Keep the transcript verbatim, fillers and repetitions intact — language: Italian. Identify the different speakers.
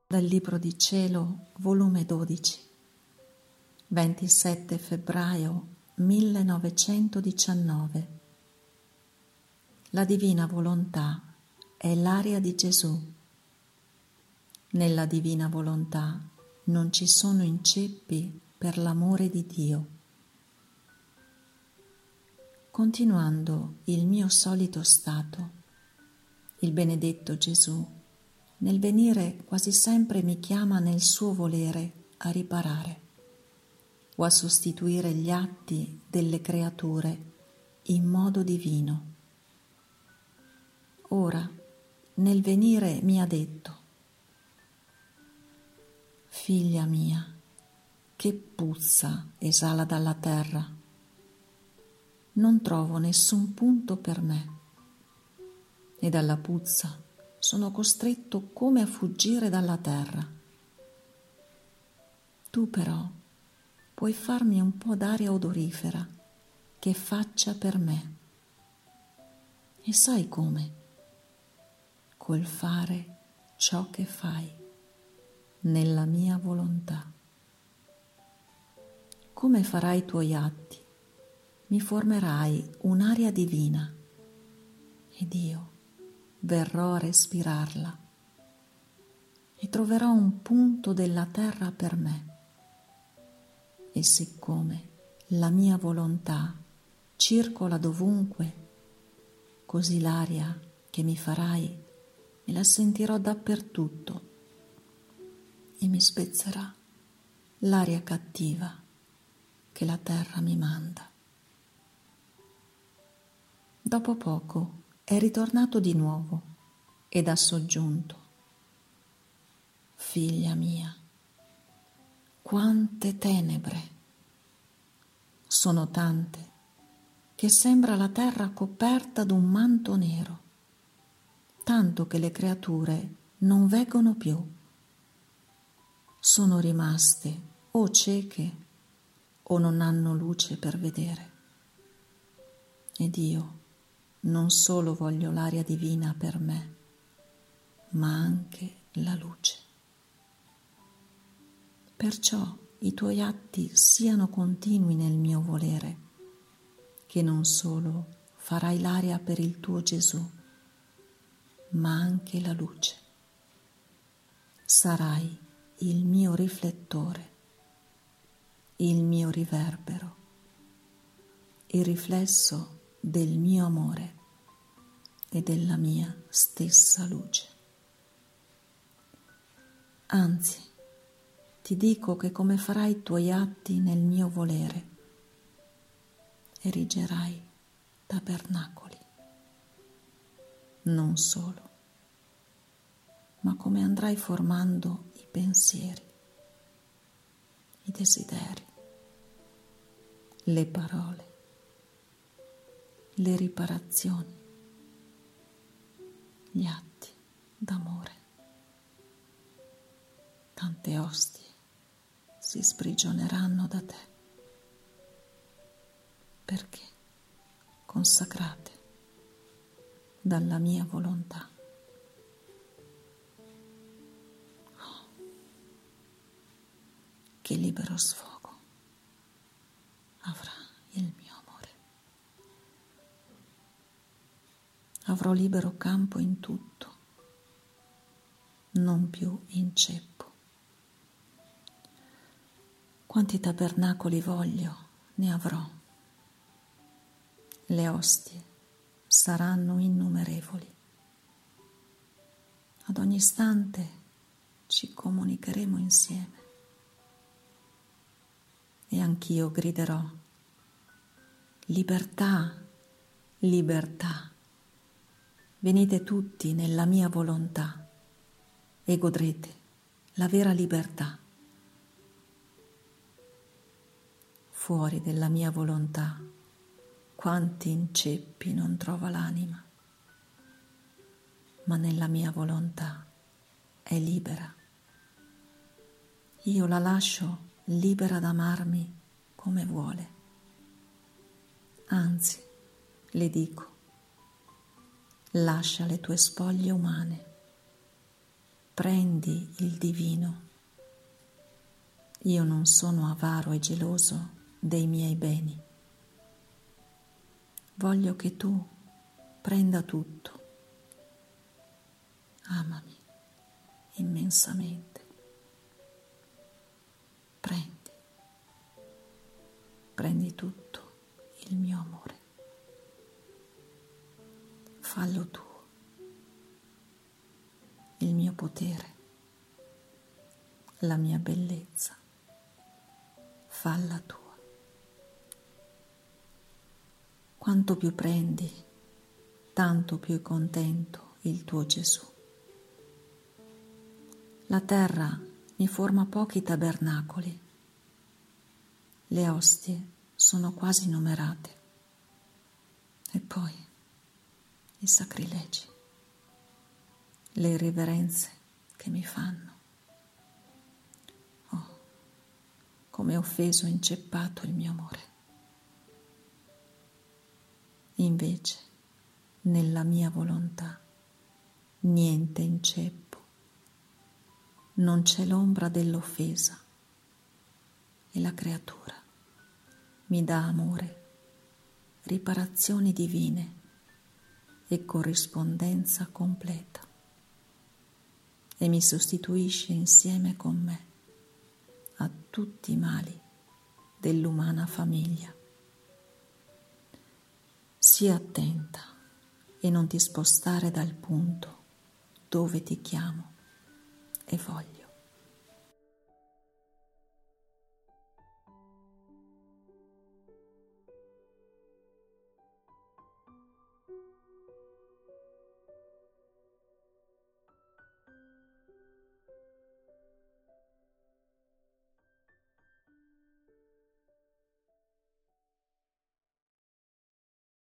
Speaker 1: Dal Libro di Cielo, volume dodici, ventisette febbraio millenovecentodiciannove. La divina volontà è l'aria di Gesù. Nella divina volontà non ci sono inceppi per l'amore di Dio. Continuando il mio solito stato, il benedetto Gesù nel venire quasi sempre mi chiama nel suo volere a riparare o a sostituire gli atti delle creature in modo divino. Ora, nel venire mi ha detto: figlia mia, che puzza esala dalla terra. Non trovo nessun punto per me e dalla puzza sono costretto come a fuggire dalla terra. Tu però puoi farmi un po' d'aria odorifera che faccia per me. E sai come? Col fare ciò che fai nella mia volontà. Come farai i tuoi atti, mi formerai un'aria divina ed io verrò a respirarla e troverò un punto della terra per me. E siccome la mia volontà circola dovunque, così l'aria che mi farai me la sentirò dappertutto e mi spezzerà l'aria cattiva che la terra mi manda. Dopo poco è ritornato di nuovo ed ha soggiunto: figlia mia, quante tenebre! Sono tante che sembra la terra coperta d'un manto nero, tanto che le creature non veggono più. Sono rimaste o cieche o non hanno luce per vedere. Ed io non solo voglio l'aria divina per me, ma anche la luce. Perciò i tuoi atti siano continui nel mio volere, che non solo farai l'aria per il tuo Gesù, ma anche la luce. Sarai il mio riflettore, il mio riverbero, il riflesso del mio amore e della mia stessa luce. Anzi, ti dico che come farai i tuoi atti nel mio volere, erigerai tabernacoli. Non solo, ma come andrai formando i pensieri, i desideri, le parole, le riparazioni, gli atti d'amore. Tante ostie si sprigioneranno da te, perché consacrate dalla mia volontà. Oh, che libero sfogo avrà il mio amore. Avrò libero campo in tutto, non più in ceppo. Quanti tabernacoli voglio, ne avrò. Le ostie saranno innumerevoli. Ad ogni istante ci comunicheremo insieme. E anch'io griderò: libertà, libertà. Venite tutti nella mia volontà e godrete la vera libertà. Fuori della mia volontà, quanti inceppi non trova l'anima, ma nella mia volontà è libera. Io la lascio libera d'amarmi come vuole. Anzi, le dico: lascia le tue spoglie umane, prendi il divino. Io non sono avaro e geloso dei miei beni. Voglio che tu prenda tutto. Amami immensamente. Prendi, prendi tutto il mio amore. Fallo tuo, il mio potere, la mia bellezza. Falla tua. Quanto più prendi, tanto più è contento il tuo Gesù. La terra mi forma pochi tabernacoli. Le ostie sono quasi numerate. E poi i sacrilegi, le irriverenze che mi fanno. Oh, come ho offeso e inceppato il mio amore. Invece, nella mia volontà, niente inceppo, non c'è l'ombra dell'offesa e la creatura mi dà amore, riparazioni divine e corrispondenza completa e mi sostituisce insieme con me a tutti i mali dell'umana famiglia. Sii attenta e non ti spostare dal punto dove ti chiamo e voglio.